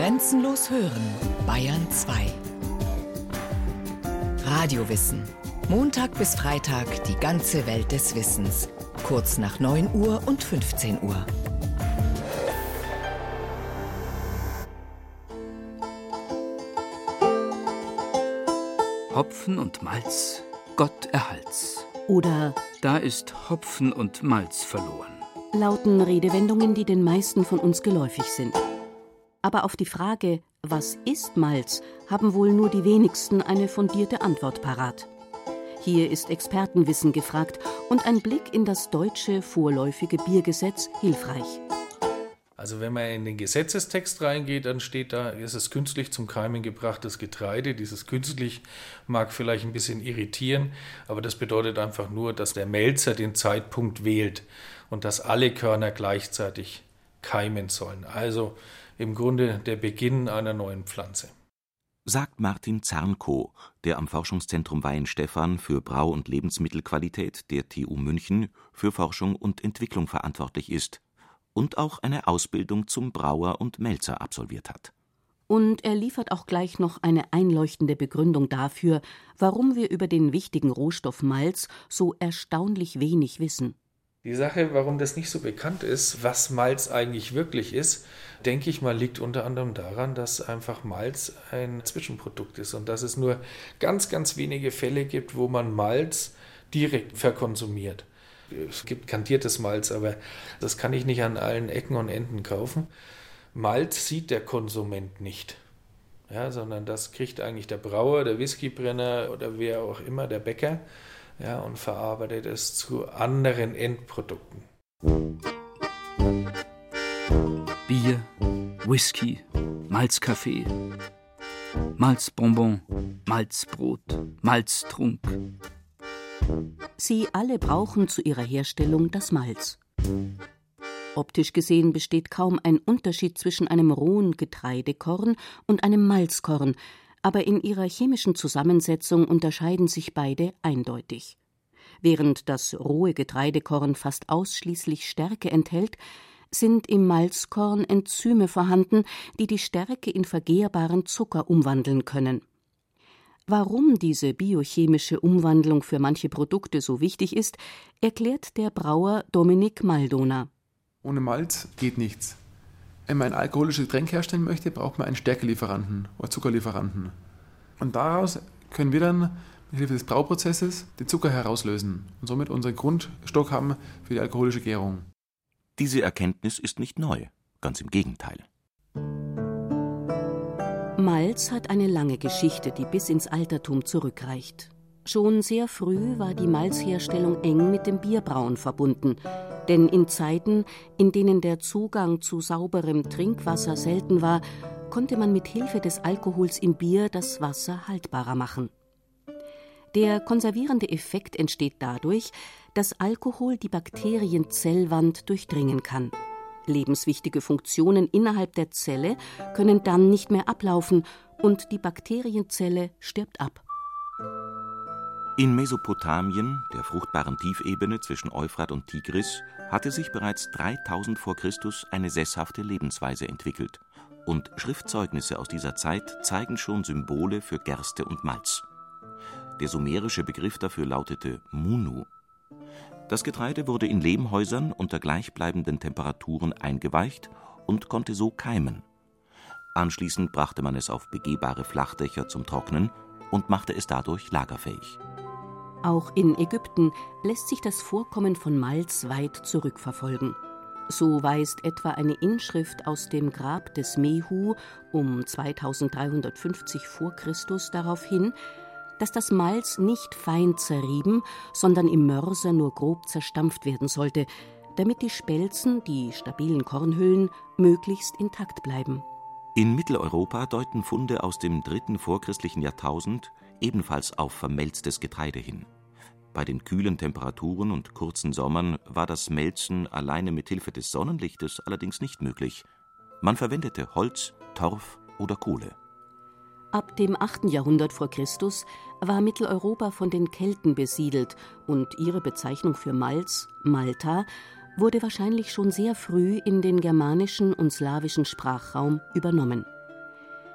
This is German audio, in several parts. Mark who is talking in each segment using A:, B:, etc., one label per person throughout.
A: Grenzenlos hören, Bayern 2. Radiowissen. Montag bis Freitag die ganze Welt des Wissens. Kurz nach 9 Uhr und 15 Uhr.
B: Hopfen und Malz, Gott erhalt's.
C: Oder
B: da ist Hopfen und Malz verloren.
C: Lauten Redewendungen, die den meisten von uns geläufig sind. Aber auf die Frage, was ist Malz, haben wohl nur die wenigsten eine fundierte Antwort parat. Hier ist Expertenwissen gefragt und ein Blick in das deutsche vorläufige Biergesetz hilfreich.
D: Also wenn man in den Gesetzestext reingeht, dann steht da, ist es künstlich zum Keimen gebrachtes Getreide. Dieses künstlich mag vielleicht ein bisschen irritieren, aber das bedeutet einfach nur, dass der Melzer den Zeitpunkt wählt und dass alle Körner gleichzeitig keimen sollen. Also im Grunde der Beginn einer neuen Pflanze.
E: Sagt Martin Zernkow, der am Forschungszentrum Weihenstephan für Brau- und Lebensmittelqualität der TU München für Forschung und Entwicklung verantwortlich ist und auch eine Ausbildung zum Brauer und Melzer absolviert hat.
C: Und er liefert auch gleich noch eine einleuchtende Begründung dafür, warum wir über den wichtigen Rohstoff Malz so erstaunlich wenig wissen.
D: Die Sache, warum das nicht so bekannt ist, was Malz eigentlich wirklich ist, denke ich mal, liegt unter anderem daran, dass einfach Malz ein Zwischenprodukt ist und dass es nur ganz, ganz wenige Fälle gibt, wo man Malz direkt verkonsumiert. Es gibt kandiertes Malz, aber das kann ich nicht an allen Ecken und Enden kaufen. Malz sieht der Konsument nicht, ja, sondern das kriegt eigentlich der Brauer, der Whiskybrenner oder wer auch immer, der Bäcker, ja, und verarbeitet es zu anderen Endprodukten.
B: Bier, Whisky, Malzkaffee, Malzbonbon, Malzbrot, Malztrunk.
C: Sie alle brauchen zu ihrer Herstellung das Malz. Optisch gesehen besteht kaum ein Unterschied zwischen einem rohen Getreidekorn und einem Malzkorn, aber in ihrer chemischen Zusammensetzung unterscheiden sich beide eindeutig. Während das rohe Getreidekorn fast ausschließlich Stärke enthält, sind im Malzkorn Enzyme vorhanden, die die Stärke in vergehrbaren Zucker umwandeln können. Warum diese biochemische Umwandlung für manche Produkte so wichtig ist, erklärt der Brauer Dominik Maldona.
F: Ohne Malz geht nichts. Wenn man ein alkoholisches Getränk herstellen möchte, braucht man einen Stärkelieferanten oder Zuckerlieferanten. Und daraus können wir dann mit Hilfe des Brauprozesses den Zucker herauslösen und somit unseren Grundstock haben für die alkoholische Gärung.
E: Diese Erkenntnis ist nicht neu, ganz im Gegenteil.
C: Malz hat eine lange Geschichte, die bis ins Altertum zurückreicht. Schon sehr früh war die Malzherstellung eng mit dem Bierbrauen verbunden, denn in Zeiten, in denen der Zugang zu sauberem Trinkwasser selten war, konnte man mit Hilfe des Alkohols im Bier das Wasser haltbarer machen. Der konservierende Effekt entsteht dadurch, dass Alkohol die Bakterienzellwand durchdringen kann. Lebenswichtige Funktionen innerhalb der Zelle können dann nicht mehr ablaufen und die Bakterienzelle stirbt ab.
E: In Mesopotamien, der fruchtbaren Tiefebene zwischen Euphrat und Tigris, hatte sich bereits 3000 vor Christus eine sesshafte Lebensweise entwickelt. Und Schriftzeugnisse aus dieser Zeit zeigen schon Symbole für Gerste und Malz. Der sumerische Begriff dafür lautete Munu. Das Getreide wurde in Lehmhäusern unter gleichbleibenden Temperaturen eingeweicht und konnte so keimen. Anschließend brachte man es auf begehbare Flachdächer zum Trocknen und machte es dadurch lagerfähig.
C: Auch in Ägypten lässt sich das Vorkommen von Malz weit zurückverfolgen. So weist etwa eine Inschrift aus dem Grab des Mehu um 2350 vor Christus darauf hin, dass das Malz nicht fein zerrieben, sondern im Mörser nur grob zerstampft werden sollte, damit die Spelzen, die stabilen Kornhüllen, möglichst intakt bleiben.
E: In Mitteleuropa deuten Funde aus dem 3. vorchristlichen Jahrtausend ebenfalls auf vermelztes Getreide hin. Bei den kühlen Temperaturen und kurzen Sommern war das Melzen alleine mit Hilfe des Sonnenlichtes allerdings nicht möglich. Man verwendete Holz, Torf oder Kohle.
C: Ab dem 8. Jahrhundert vor Christus war Mitteleuropa von den Kelten besiedelt und ihre Bezeichnung für Malz, Malta, wurde wahrscheinlich schon sehr früh in den germanischen und slawischen Sprachraum übernommen.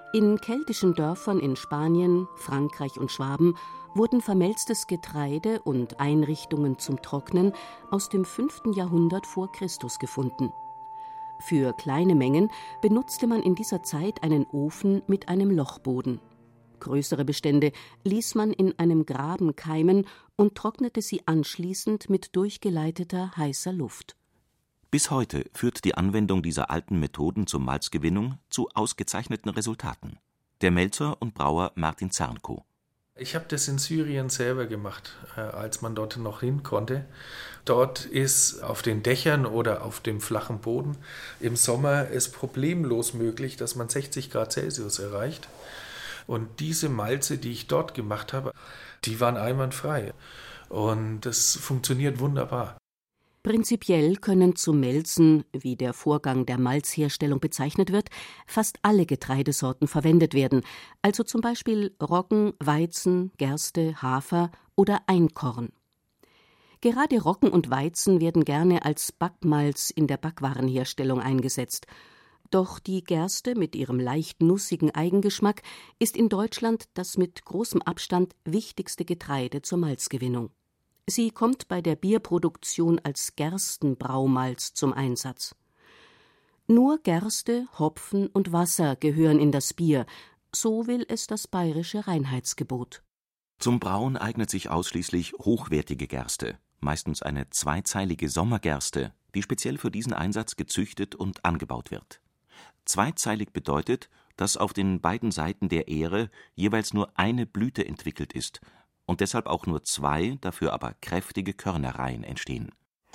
C: In keltischen Dörfern in Spanien, Frankreich und Schwaben wurden vermelztes Getreide und Einrichtungen zum Trocknen aus dem 5. Jahrhundert vor Christus gefunden. Für kleine Mengen benutzte man in dieser Zeit einen Ofen mit einem Lochboden. Größere Bestände ließ man in einem Graben keimen und trocknete sie anschließend mit durchgeleiteter heißer Luft.
E: Bis heute führt die Anwendung dieser alten Methoden zur Malzgewinnung zu ausgezeichneten Resultaten. Der Melzer und Brauer Martin Zernko.
D: Ich habe das in Syrien selber gemacht, als man dort noch hin konnte. Dort ist auf den Dächern oder auf dem flachen Boden im Sommer es problemlos möglich, dass man 60 Grad Celsius erreicht. Und diese Malze, die ich dort gemacht habe, die waren einwandfrei. Und das funktioniert wunderbar.
C: Prinzipiell können zum Melzen, wie der Vorgang der Malzherstellung bezeichnet wird, fast alle Getreidesorten verwendet werden, also zum Beispiel Roggen, Weizen, Gerste, Hafer oder Einkorn. Gerade Roggen und Weizen werden gerne als Backmalz in der Backwarenherstellung eingesetzt. Doch die Gerste mit ihrem leicht nussigen Eigengeschmack ist in Deutschland das mit großem Abstand wichtigste Getreide zur Malzgewinnung. Sie kommt bei der Bierproduktion als Gerstenbraumalz zum Einsatz. Nur Gerste, Hopfen und Wasser gehören in das Bier, so will es das bayerische Reinheitsgebot.
E: Zum Brauen eignet sich ausschließlich hochwertige Gerste, meistens eine zweizeilige Sommergerste, die speziell für diesen Einsatz gezüchtet und angebaut wird. Zweizeilig bedeutet, dass auf den beiden Seiten der Ähre jeweils nur eine Blüte entwickelt ist und deshalb auch nur 2, dafür aber kräftige Körnerreihen entstehen.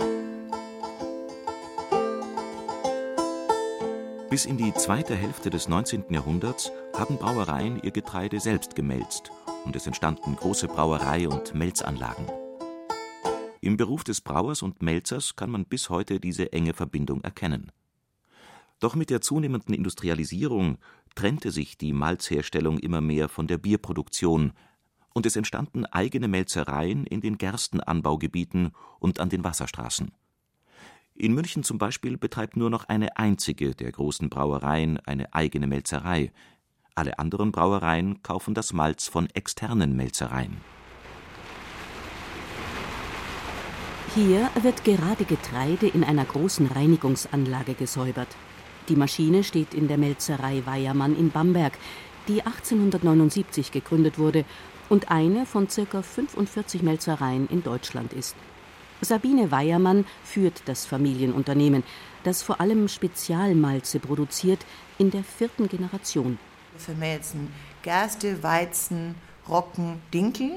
E: Bis in die zweite Hälfte des 19. Jahrhunderts haben Brauereien ihr Getreide selbst gemälzt und es entstanden große Brauerei- und Melzanlagen. Im Beruf des Brauers und Melzers kann man bis heute diese enge Verbindung erkennen. Doch mit der zunehmenden Industrialisierung trennte sich die Malzherstellung immer mehr von der Bierproduktion und es entstanden eigene Melzereien in den Gerstenanbaugebieten und an den Wasserstraßen. In München zum Beispiel betreibt nur noch eine einzige der großen Brauereien eine eigene Melzerei. Alle anderen Brauereien kaufen das Malz von externen Melzereien.
C: Hier wird gerade Getreide in einer großen Reinigungsanlage gesäubert. Die Maschine steht in der Melzerei Weyermann in Bamberg, die 1879 gegründet wurde und eine von ca. 45 Melzereien in Deutschland ist. Sabine Weyermann führt das Familienunternehmen, das vor allem Spezialmalze produziert, in der 4. Generation.
G: Wir vermelzen Gerste, Weizen, Roggen, Dinkel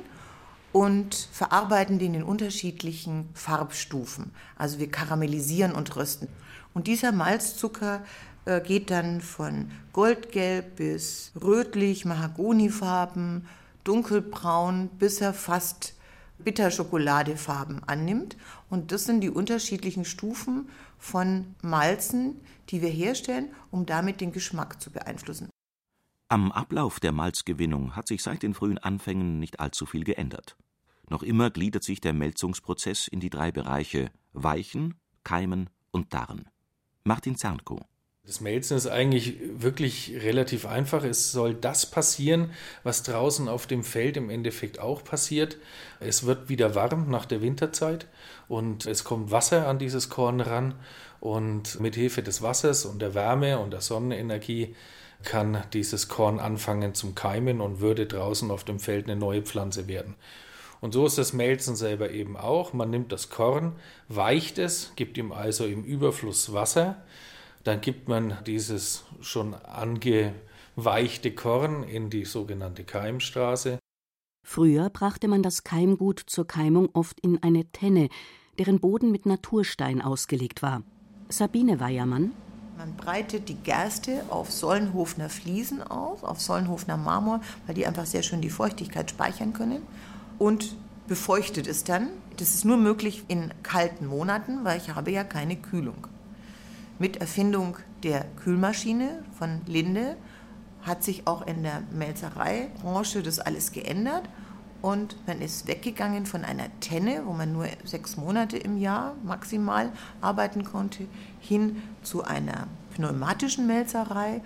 G: und verarbeiten die in den unterschiedlichen Farbstufen. Also wir karamellisieren und rösten. Und dieser Malzzucker geht dann von goldgelb bis rötlich, Mahagonifarben, dunkelbraun, bis er fast Bitterschokoladefarben annimmt. Und das sind die unterschiedlichen Stufen von Malzen, die wir herstellen, um damit den Geschmack zu beeinflussen.
E: Am Ablauf der Malzgewinnung hat sich seit den frühen Anfängen nicht allzu viel geändert. Noch immer gliedert sich der Melzungsprozess in die 3 Bereiche: Weichen, Keimen und Darren. Martin Zernko.
D: Das Melzen ist eigentlich wirklich relativ einfach. Es soll das passieren, was draußen auf dem Feld im Endeffekt auch passiert. Es wird wieder warm nach der Winterzeit und es kommt Wasser an dieses Korn ran. Und mit Hilfe des Wassers und der Wärme und der Sonnenenergie kann dieses Korn anfangen zum Keimen und würde draußen auf dem Feld eine neue Pflanze werden. Und so ist das Melzen selber eben auch. Man nimmt das Korn, weicht es, gibt ihm also im Überfluss Wasser. Dann gibt man dieses schon angeweichte Korn in die sogenannte Keimstraße.
C: Früher brachte man das Keimgut zur Keimung oft in eine Tenne, deren Boden mit Naturstein ausgelegt war. Sabine Weyermann.
G: Man breitet die Gerste auf Solnhofener Fliesen aus, auf Solnhofener Marmor, weil die einfach sehr schön die Feuchtigkeit speichern können, und befeuchtet es dann. Das ist nur möglich in kalten Monaten, weil ich habe ja keine Kühlung. Mit Erfindung der Kühlmaschine von Linde hat sich auch in der Melzereibranche das alles geändert und man ist weggegangen von einer Tenne, wo man nur 6 Monate im Jahr maximal arbeiten konnte, hin zu einer pneumatischen Melzerei,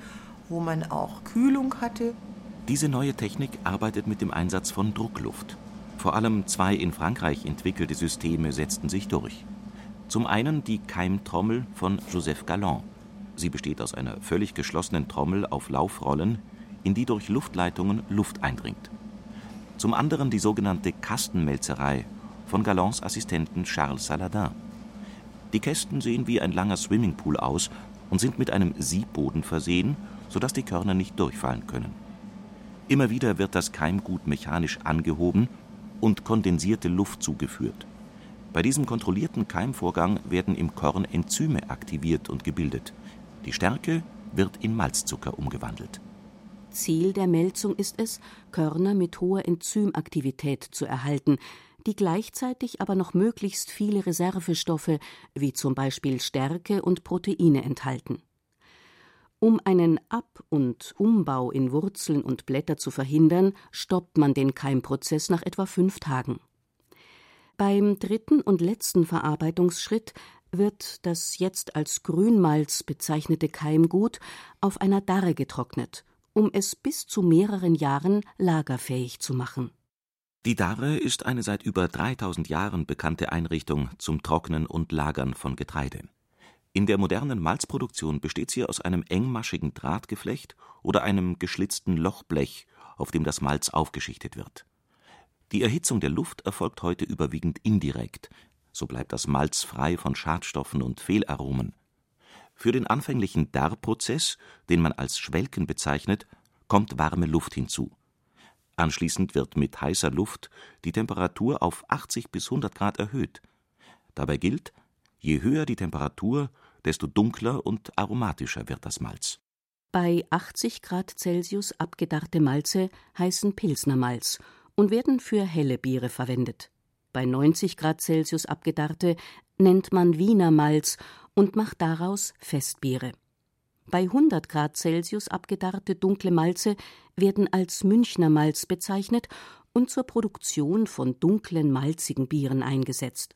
G: wo man auch Kühlung hatte.
E: Diese neue Technik arbeitet mit dem Einsatz von Druckluft. Vor allem 2 in Frankreich entwickelte Systeme setzten sich durch. Zum einen die Keimtrommel von Joseph Galland. Sie besteht aus einer völlig geschlossenen Trommel auf Laufrollen, in die durch Luftleitungen Luft eindringt. Zum anderen die sogenannte Kastenmelzerei von Gallands Assistenten Charles Saladin. Die Kästen sehen wie ein langer Swimmingpool aus und sind mit einem Siebboden versehen, sodass die Körner nicht durchfallen können. Immer wieder wird das Keimgut mechanisch angehoben und kondensierte Luft zugeführt. Bei diesem kontrollierten Keimvorgang werden im Korn Enzyme aktiviert und gebildet. Die Stärke wird in Malzzucker umgewandelt.
C: Ziel der Melzung ist es, Körner mit hoher Enzymaktivität zu erhalten, die gleichzeitig aber noch möglichst viele Reservestoffe, wie zum Beispiel Stärke und Proteine, enthalten. Um einen Ab- und Umbau in Wurzeln und Blätter zu verhindern, stoppt man den Keimprozess nach etwa 5 Tagen. Beim 3. und letzten Verarbeitungsschritt wird das jetzt als Grünmalz bezeichnete Keimgut auf einer Darre getrocknet, um es bis zu mehreren Jahren lagerfähig zu machen.
E: Die Darre ist eine seit über 3000 Jahren bekannte Einrichtung zum Trocknen und Lagern von Getreide. In der modernen Malzproduktion besteht sie aus einem engmaschigen Drahtgeflecht oder einem geschlitzten Lochblech, auf dem das Malz aufgeschichtet wird. Die Erhitzung der Luft erfolgt heute überwiegend indirekt, so bleibt das Malz frei von Schadstoffen und Fehlaromen. Für den anfänglichen Darrprozess, den man als Schwelken bezeichnet, kommt warme Luft hinzu. Anschließend wird mit heißer Luft die Temperatur auf 80 bis 100 Grad erhöht. Dabei gilt: Je höher die Temperatur, desto dunkler und aromatischer wird das Malz.
C: Bei 80 Grad Celsius abgedarrte Malze heißen Pilsnermalz und werden für helle Biere verwendet. Bei 90 Grad Celsius abgedarrte nennt man Wiener Malz und macht daraus Festbiere. Bei 100 Grad Celsius abgedarrte dunkle Malze werden als Münchner Malz bezeichnet und zur Produktion von dunklen, malzigen Bieren eingesetzt.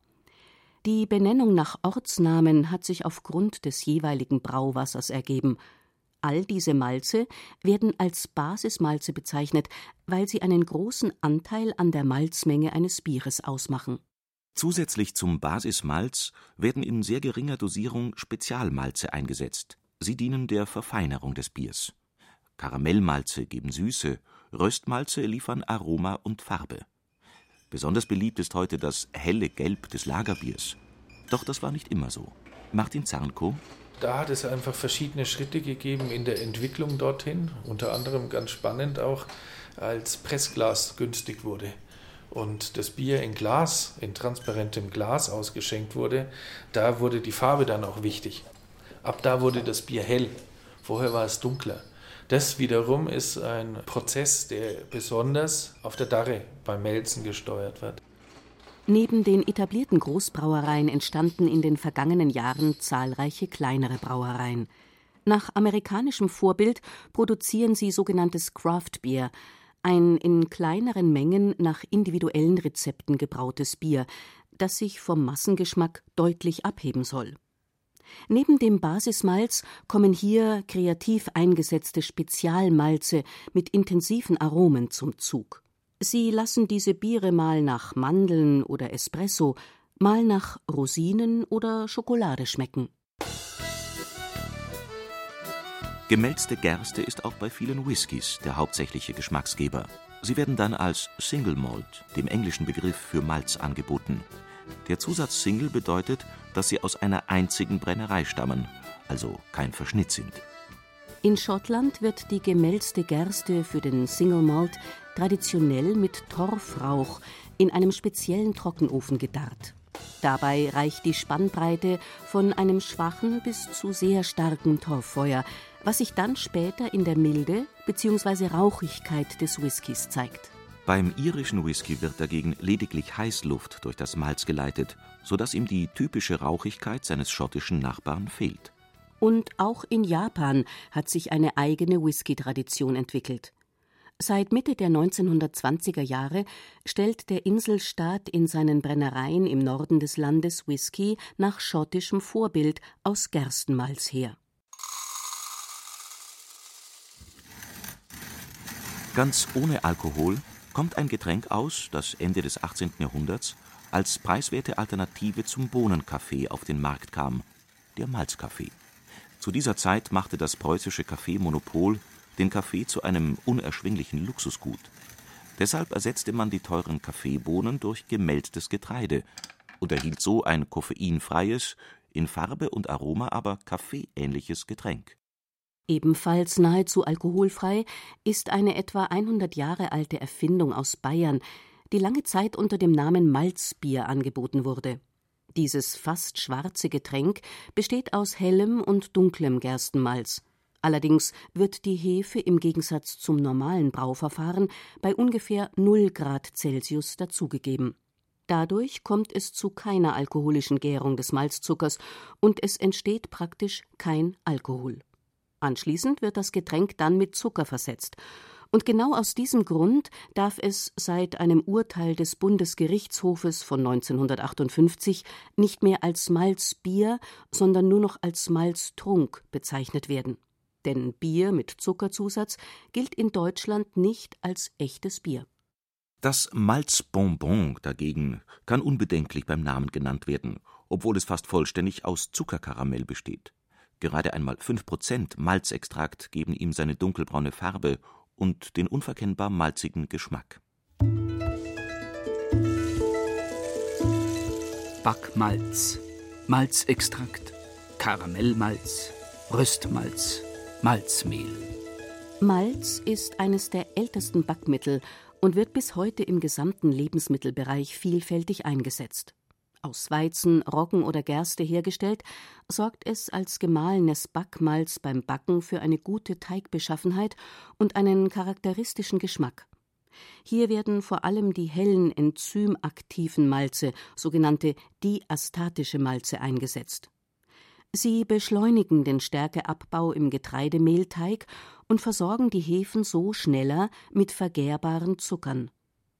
C: Die Benennung nach Ortsnamen hat sich aufgrund des jeweiligen Brauwassers ergeben. All diese Malze werden als Basismalze bezeichnet, weil sie einen großen Anteil an der Malzmenge eines Bieres ausmachen.
E: Zusätzlich zum Basismalz werden in sehr geringer Dosierung Spezialmalze eingesetzt. Sie dienen der Verfeinerung des Biers. Karamellmalze geben Süße, Röstmalze liefern Aroma und Farbe. Besonders beliebt ist heute das helle Gelb des Lagerbiers. Doch das war nicht immer so. Martin Zernko:
D: Da hat es einfach verschiedene Schritte gegeben in der Entwicklung dorthin. Unter anderem ganz spannend auch, als Pressglas günstig wurde und das Bier in Glas, in transparentem Glas ausgeschenkt wurde, da wurde die Farbe dann auch wichtig. Ab da wurde das Bier hell, vorher war es dunkler. Das wiederum ist ein Prozess, der besonders auf der Darre beim Melzen gesteuert wird.
C: Neben den etablierten Großbrauereien entstanden in den vergangenen Jahren zahlreiche kleinere Brauereien. Nach amerikanischem Vorbild produzieren sie sogenanntes Craft Beer, ein in kleineren Mengen nach individuellen Rezepten gebrautes Bier, das sich vom Massengeschmack deutlich abheben soll. Neben dem Basismalz kommen hier kreativ eingesetzte Spezialmalze mit intensiven Aromen zum Zug. Sie lassen diese Biere mal nach Mandeln oder Espresso, mal nach Rosinen oder Schokolade schmecken.
E: Gemälzte Gerste ist auch bei vielen Whiskys der hauptsächliche Geschmacksgeber. Sie werden dann als Single Malt, dem englischen Begriff für Malz, angeboten. Der Zusatz Single bedeutet, dass sie aus einer einzigen Brennerei stammen, also kein Verschnitt sind.
C: In Schottland wird die gemälzte Gerste für den Single Malt traditionell mit Torfrauch in einem speziellen Trockenofen gedarrt. Dabei reicht die Spannbreite von einem schwachen bis zu sehr starken Torffeuer, was sich dann später in der Milde bzw. Rauchigkeit des Whiskys zeigt.
E: Beim irischen Whisky wird dagegen lediglich Heißluft durch das Malz geleitet, sodass ihm die typische Rauchigkeit seines schottischen Nachbarn fehlt.
C: Und auch in Japan hat sich eine eigene Whisky-Tradition entwickelt. Seit Mitte der 1920er Jahre stellt der Inselstaat in seinen Brennereien im Norden des Landes Whisky nach schottischem Vorbild aus Gerstenmalz her.
E: Ganz ohne Alkohol kommt ein Getränk aus, das Ende des 18. Jahrhunderts als preiswerte Alternative zum Bohnenkaffee auf den Markt kam, der Malzkaffee. Zu dieser Zeit machte das preußische Kaffeemonopol den Kaffee zu einem unerschwinglichen Luxusgut. Deshalb ersetzte man die teuren Kaffeebohnen durch gemälztes Getreide und erhielt so ein koffeinfreies, in Farbe und Aroma aber kaffeeähnliches Getränk.
C: Ebenfalls nahezu alkoholfrei ist eine etwa 100 Jahre alte Erfindung aus Bayern, die lange Zeit unter dem Namen Malzbier angeboten wurde. Dieses fast schwarze Getränk besteht aus hellem und dunklem Gerstenmalz. Allerdings wird die Hefe im Gegensatz zum normalen Brauverfahren bei ungefähr 0 Grad Celsius dazugegeben. Dadurch kommt es zu keiner alkoholischen Gärung des Malzzuckers und es entsteht praktisch kein Alkohol. Anschließend wird das Getränk dann mit Zucker versetzt. Und genau aus diesem Grund darf es seit einem Urteil des Bundesgerichtshofes von 1958 nicht mehr als Malzbier, sondern nur noch als Malztrunk bezeichnet werden. Denn Bier mit Zuckerzusatz gilt in Deutschland nicht als echtes Bier.
E: Das Malzbonbon dagegen kann unbedenklich beim Namen genannt werden, obwohl es fast vollständig aus Zuckerkaramell besteht. Gerade einmal 5% Malzextrakt geben ihm seine dunkelbraune Farbe und den unverkennbar malzigen Geschmack.
B: Backmalz, Malzextrakt, Karamellmalz, Röstmalz, Malzmehl.
C: Malz ist eines der ältesten Backmittel und wird bis heute im gesamten Lebensmittelbereich vielfältig eingesetzt. Aus Weizen, Roggen oder Gerste hergestellt, sorgt es als gemahlenes Backmalz beim Backen für eine gute Teigbeschaffenheit und einen charakteristischen Geschmack. Hier werden vor allem die hellen enzymaktiven Malze, sogenannte diastatische Malze, eingesetzt. Sie beschleunigen den Stärkeabbau im Getreidemehlteig und versorgen die Hefen so schneller mit vergärbaren Zuckern.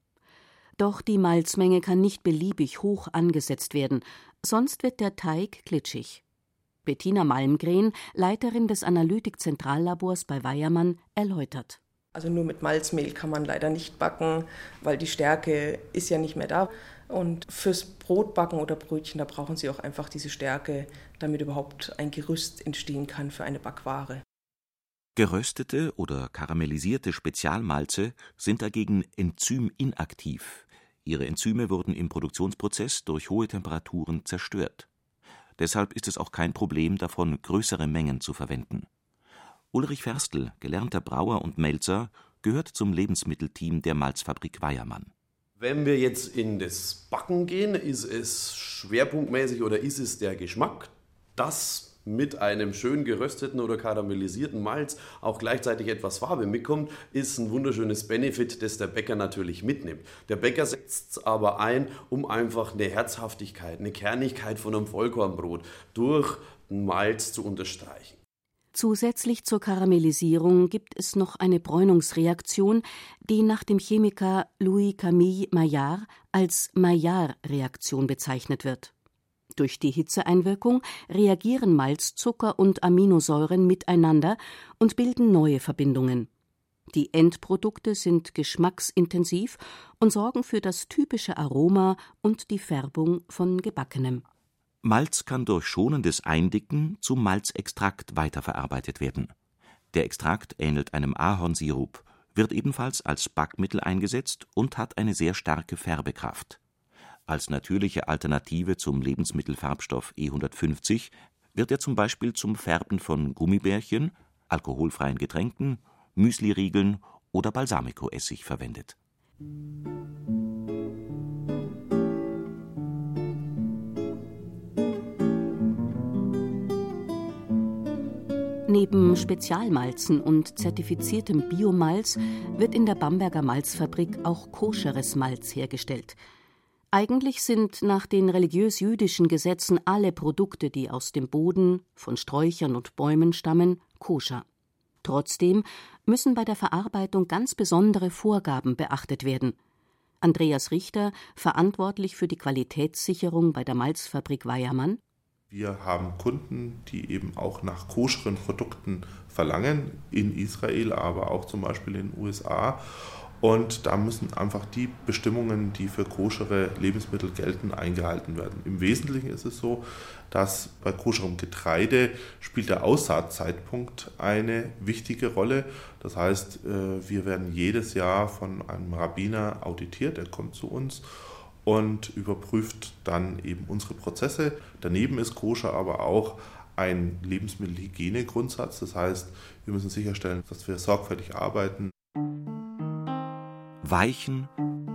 C: Doch die Malzmenge kann nicht beliebig hoch angesetzt werden, sonst wird der Teig glitschig. Bettina Malmgren, Leiterin des Analytik-Zentrallabors bei Weyermann, erläutert.
H: Also nur mit Malzmehl kann man leider nicht backen, weil die Stärke ist ja nicht mehr da. Und fürs Brotbacken oder Brötchen, da brauchen Sie auch einfach diese Stärke, damit überhaupt ein Gerüst entstehen kann für eine Backware.
E: Geröstete oder karamellisierte Spezialmalze sind dagegen enzyminaktiv. Ihre Enzyme wurden im Produktionsprozess durch hohe Temperaturen zerstört. Deshalb ist es auch kein Problem, davon größere Mengen zu verwenden. Ulrich Ferstl, gelernter Brauer und Melzer, gehört zum Lebensmittelteam der Malzfabrik Weyermann.
I: Wenn wir jetzt in das Backen gehen, ist es schwerpunktmäßig oder ist es der Geschmack, dass mit einem schön gerösteten oder karamellisierten Malz auch gleichzeitig etwas Farbe mitkommt, ist ein wunderschönes Benefit, das der Bäcker natürlich mitnimmt. Der Bäcker setzt es aber ein, um einfach eine Herzhaftigkeit, eine Kernigkeit von einem Vollkornbrot durch ein Malz zu unterstreichen.
C: Zusätzlich zur Karamellisierung gibt es noch eine Bräunungsreaktion, die nach dem Chemiker Louis-Camille Maillard als Maillard-Reaktion bezeichnet wird. Durch die Hitzeeinwirkung reagieren Malzzucker und Aminosäuren miteinander und bilden neue Verbindungen. Die Endprodukte sind geschmacksintensiv und sorgen für das typische Aroma und die Färbung von Gebackenem.
E: Malz kann durch schonendes Eindicken zu Malzextrakt weiterverarbeitet werden. Der Extrakt ähnelt einem Ahornsirup, wird ebenfalls als Backmittel eingesetzt und hat eine sehr starke Färbekraft. Als natürliche Alternative zum Lebensmittelfarbstoff E150 wird er zum Beispiel zum Färben von Gummibärchen, alkoholfreien Getränken, Müsliriegeln oder Balsamicoessig verwendet.
C: Neben Spezialmalzen und zertifiziertem Biomalz wird in der Bamberger Malzfabrik auch koscheres Malz hergestellt. Eigentlich sind nach den religiös-jüdischen Gesetzen alle Produkte, die aus dem Boden, von Sträuchern und Bäumen stammen, koscher. Trotzdem müssen bei der Verarbeitung ganz besondere Vorgaben beachtet werden. Andreas Richter, verantwortlich für die Qualitätssicherung bei der Malzfabrik Weyermann:
J: Wir haben Kunden, die eben auch nach koscheren Produkten verlangen, in Israel, aber auch zum Beispiel in den USA. Und da müssen einfach die Bestimmungen, die für koschere Lebensmittel gelten, eingehalten werden. Im Wesentlichen ist es so, dass bei koscherem Getreide spielt der Aussaatzeitpunkt eine wichtige Rolle. Das heißt, wir werden jedes Jahr von einem Rabbiner auditiert, er kommt zu uns und überprüft dann eben unsere Prozesse. Daneben ist koscher aber auch ein Lebensmittelhygienegrundsatz. Das heißt, wir müssen sicherstellen, dass wir sorgfältig arbeiten.
E: Weichen,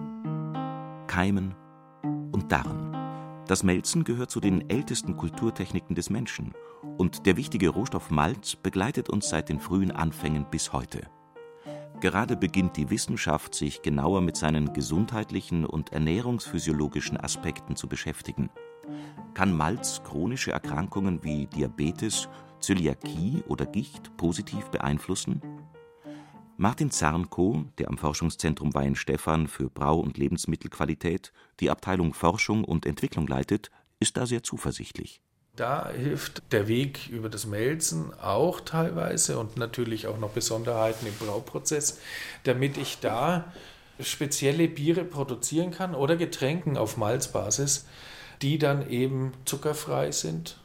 E: keimen und darren. Das Melzen gehört zu den ältesten Kulturtechniken des Menschen. Und der wichtige Rohstoff Malz begleitet uns seit den frühen Anfängen bis heute. Gerade beginnt die Wissenschaft, sich genauer mit seinen gesundheitlichen und ernährungsphysiologischen Aspekten zu beschäftigen. Kann Malz chronische Erkrankungen wie Diabetes, Zöliakie oder Gicht positiv beeinflussen? Martin Zarnkow, der am Forschungszentrum Weihenstephan für Brau- und Lebensmittelqualität die Abteilung Forschung und Entwicklung leitet, ist da sehr zuversichtlich.
D: Da hilft der Weg über das Melzen auch teilweise und natürlich auch noch Besonderheiten im Brauprozess, damit ich da spezielle Biere produzieren kann oder Getränken auf Malzbasis, die dann eben zuckerfrei sind.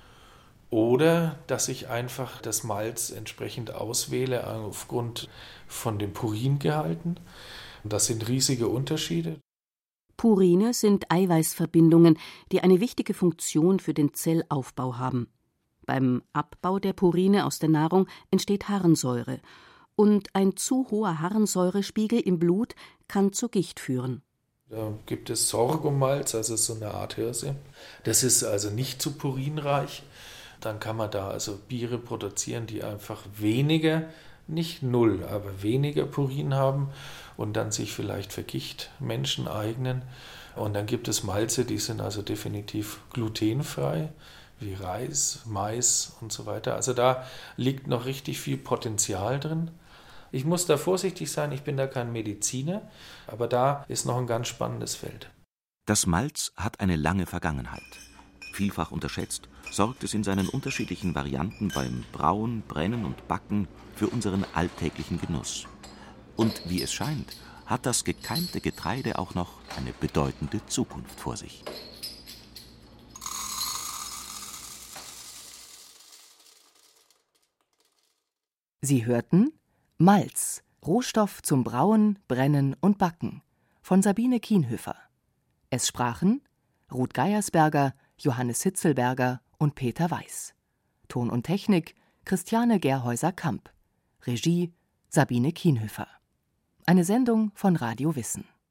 D: Oder dass ich einfach das Malz entsprechend auswähle aufgrund von den Puringehalten. Das sind riesige Unterschiede.
C: Purine sind Eiweißverbindungen, die eine wichtige Funktion für den Zellaufbau haben. Beim Abbau der Purine aus der Nahrung entsteht Harnsäure. Und ein zu hoher Harnsäurespiegel im Blut kann zu Gicht führen.
D: Da gibt es Sorghummalz, also so eine Art Hirse. Das ist also nicht zu purinreich. Dann kann man da also Biere produzieren, die einfach weniger, nicht null, aber weniger Purin haben und dann sich vielleicht für Gichtmenschen eignen. Und dann gibt es Malze, die sind also definitiv glutenfrei, wie Reis, Mais und so weiter. Also da liegt noch richtig viel Potenzial drin. Ich muss da vorsichtig sein, ich bin da kein Mediziner, aber da ist noch ein ganz spannendes Feld.
E: Das Malz hat eine lange Vergangenheit. Vielfach unterschätzt, sorgt es in seinen unterschiedlichen Varianten beim Brauen, Brennen und Backen für unseren alltäglichen Genuss. Und wie es scheint, hat das gekeimte Getreide auch noch eine bedeutende Zukunft vor sich.
A: Sie hörten Malz, Rohstoff zum Brauen, Brennen und Backen von Sabine Kienhöfer. Es sprachen Ruth Geiersberger, Johannes Hitzelberger und Peter Weiß. Ton und Technik Christiane Gerhäuser-Kamp. Regie Sabine Kienhöfer. Eine Sendung von Radio Wissen.